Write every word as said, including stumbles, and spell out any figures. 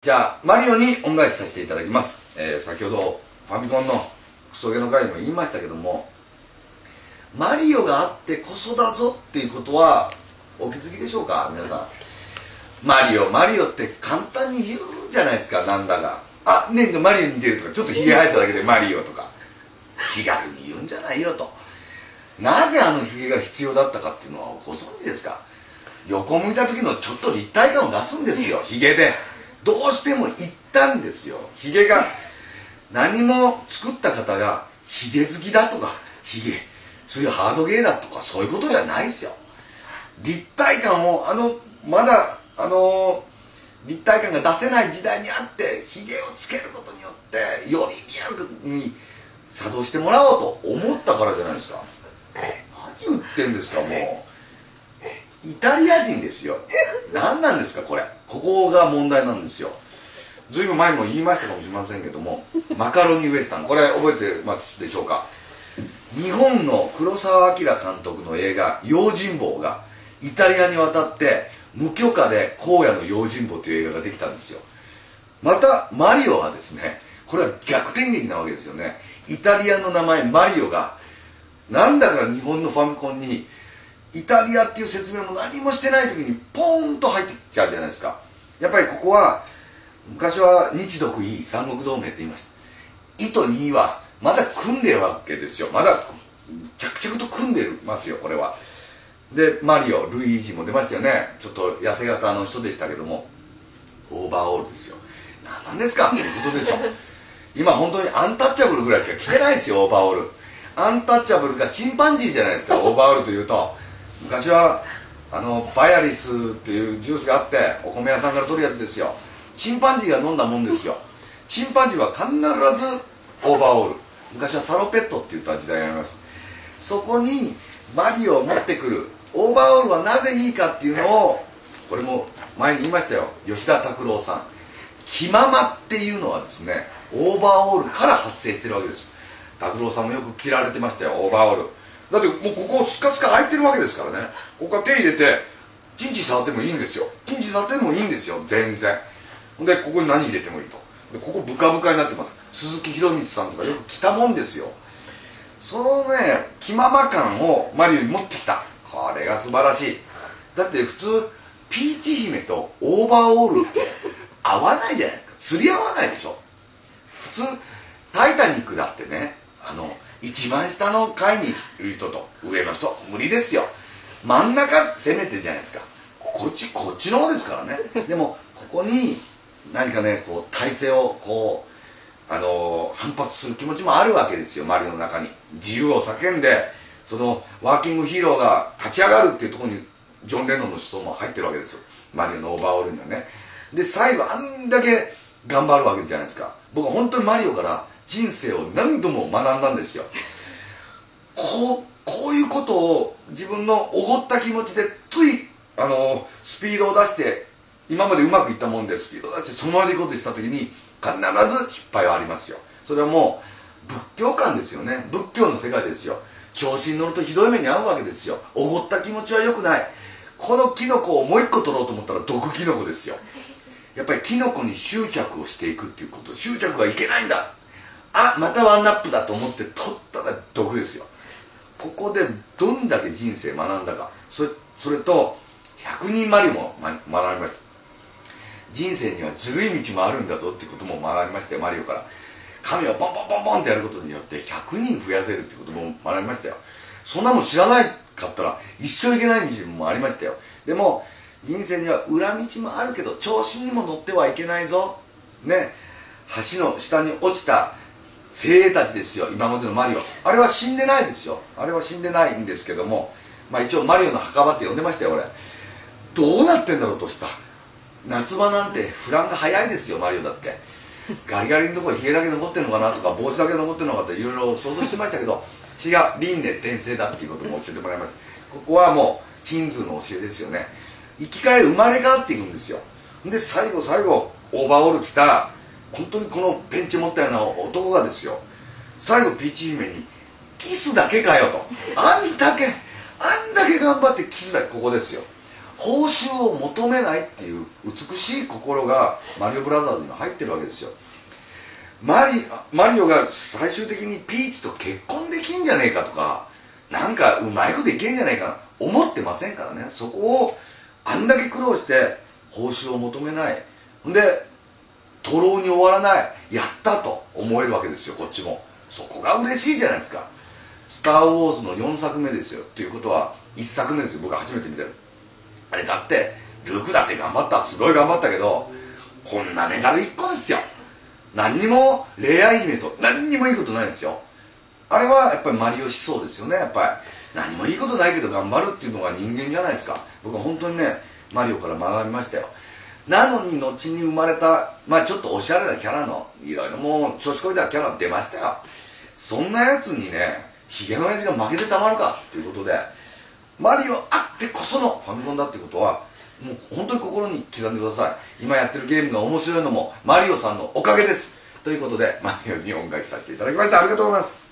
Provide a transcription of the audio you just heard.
じゃあマリオに恩返しさせていただきます。えー、先ほどファミコンのクソゲの回にも言いましたけども、マリオがあってこそだぞっていうことはお気づきでしょうか皆さん。マリオマリオって簡単に言うじゃないですか。なんだかあねえマリオに似てるとか、ちょっとひげ生えただけでマリオとか気軽に言うんじゃないよと。なぜあのひげが必要だったかっていうのはご存知ですか。横向いた時のちょっと立体感を出すんですよ、ひげで。どうしても言ったんですよ。ひげが何も作った方がひげ好きだとか、ひげそういうハードゲーだとかそういうことじゃないですよ。立体感をあのまだあの立体感が出せない時代にあってひげをつけることによってよりリアルに作動してもらおうと思ったからじゃないですか。何言ってんですか。もうイタリア人ですよ。何なんですかこれ。ここが問題なんですよ。ずいぶん前にも言いましたかもしれませんけども、マカロニウエスタン、これ覚えてますでしょうか。日本の黒澤明監督の映画「用心棒」がイタリアに渡って無許可で荒野の用心棒という映画ができたんですよ。またマリオはですね、これは逆転劇なわけですよね。イタリアの名前マリオがなんだか日本のファミコンにイタリアっていう説明も何もしてない時にポーンと入ってきちゃうじゃないですか。やっぱりここは昔は日独伊三国同盟って言いました。伊と二はまだ組んでるわけですよ。まだ着々と組んでますよこれは。でマリオルイージも出ましたよね。ちょっと痩せ型の人でしたけども、オーバーオールですよ。何なんですかっていうことでしょ。今本当にアンタッチャブルぐらいしか着てないですよオーバーオール。アンタッチャブルかチンパンジーじゃないですかオーバーオールというと。昔はあのバヤリスっていうジュースがあってお米屋さんから取るやつですよ。チンパンジーが飲んだもんですよ。チンパンジーは必ずオーバーオール。昔はサロペットって言った時代があります。そこにマリオを持ってくるオーバーオールはなぜいいかっていうのを、これも前に言いましたよ、吉田拓郎さん。気ままっていうのはですねオーバーオールから発生してるわけです。拓郎さんもよく着られてましたよオーバーオール。だってもうここスカスカ開いてるわけですからね。ここから手入れてチンチン触ってもいいんですよ。チンチン触ってもいいんですよ全然。でここに何入れてもいいと。でここブカブカになってます。鈴木宏光さんとかよく着たもんですよ。そのね気まま感をマリオに持ってきた。これが素晴らしい。だって普通ピーチ姫とオーバーオールって合わないじゃないですか。釣り合わないでしょ普通。タイタニックだってね、あの一番下の階にいる人と上の人無理ですよ。真ん中攻めてじゃないですか。こっちこっちの方ですからね。でもここに何かねこう体勢をこうあのー、反発する気持ちもあるわけですよマリオの中に。自由を叫んでそのワーキングヒーローが立ち上がるっていうところにジョン・レノンの思想も入ってるわけですよマリオのオーバーオールにはね。で最後あんだけ頑張るわけじゃないですか。僕は本当にマリオから人生を何度も学んだんですよ。こうこういうことを自分のおごった気持ちでついあのスピードを出して今までうまくいったもんでスピードを出してそのままでいこうとした時に必ず失敗はありますよ。それはもう仏教観ですよね。仏教の世界ですよ。調子に乗るとひどい目に遭うわけですよ。おごった気持ちは良くない。このキノコをもう一個取ろうと思ったら毒キノコですよ。やっぱりキノコに執着をしていくっていうこと。執着はいけないんだ。あまたワンナップだと思って取ったら毒ですよ。ここでどんだけ人生学んだか。それ、それとひゃくにんマリも学びました。人生にはずるい道もあるんだぞっていうことも学びましたよマリオから。神をボンボンボンボンってやることによってひゃくにん増やせるってことも学びましたよ。そんなもん知らないかったら一生いけない道もありましたよ。でも人生には裏道もあるけど調子にも乗ってはいけないぞね。橋の下に落ちた精鋭たちですよ今までのマリオ。あれは死んでないですよ。あれは死んでないんですけども、まあ一応マリオの墓場って呼んでましたよ俺。どうなってんだろうとした。夏場なんてフランが早いですよマリオだって。ガリガリのところにヒゲだけ残ってんのかなとか帽子だけ残ってんのかっていろいろ想像してましたけど違う、輪廻転生だっていうことも教えてもらいました。ここはもうヒンズーの教えですよね。生き返る生まれ変わっていくんですよ。で最後最後オーバーオール着た本当にこのペンチ持ったような男がですよ最後ピーチ姫にキスだけかよと。あんだけあんだけ頑張ってキスだけここですよ。 報酬を求めないっていう美しい心がマリオブラザーズには入ってるわけですよ。マリマリオが最終的にピーチと結婚できんじゃねえかとか、なんかうまいこといけんじゃねえか思ってませんからね。そこをあんだけ苦労して報酬を求めない、んで徒労に終わらない、やったと思えるわけですよ、こっちも。そこが嬉しいじゃないですか。スター・ウォーズのよんさくめですよ。ということはいっさくめですよ、僕は初めて見てる。あれだってルークだって頑張った、すごい頑張ったけど、こんなメダルいっこですよ。何にもレイア姫と何にもいいことないんですよ。あれはやっぱりマリオ思想ですよね。やっぱり何もいいことないけど頑張るっていうのが人間じゃないですか。僕は本当にね、マリオから学びましたよ。なのに後に生まれた、まあちょっとおしゃれなキャラのいろいろもう調子こいたキャラ出ましたよ。そんなやつにね、ヒゲの親父が負けてたまるかっていうことで、マリオあってこそのファミコンだってことはもう本当に心に刻んでください。今やってるゲームが面白いのもマリオさんのおかげです。ということでマリオに恩返しさせていただきました。ありがとうございます。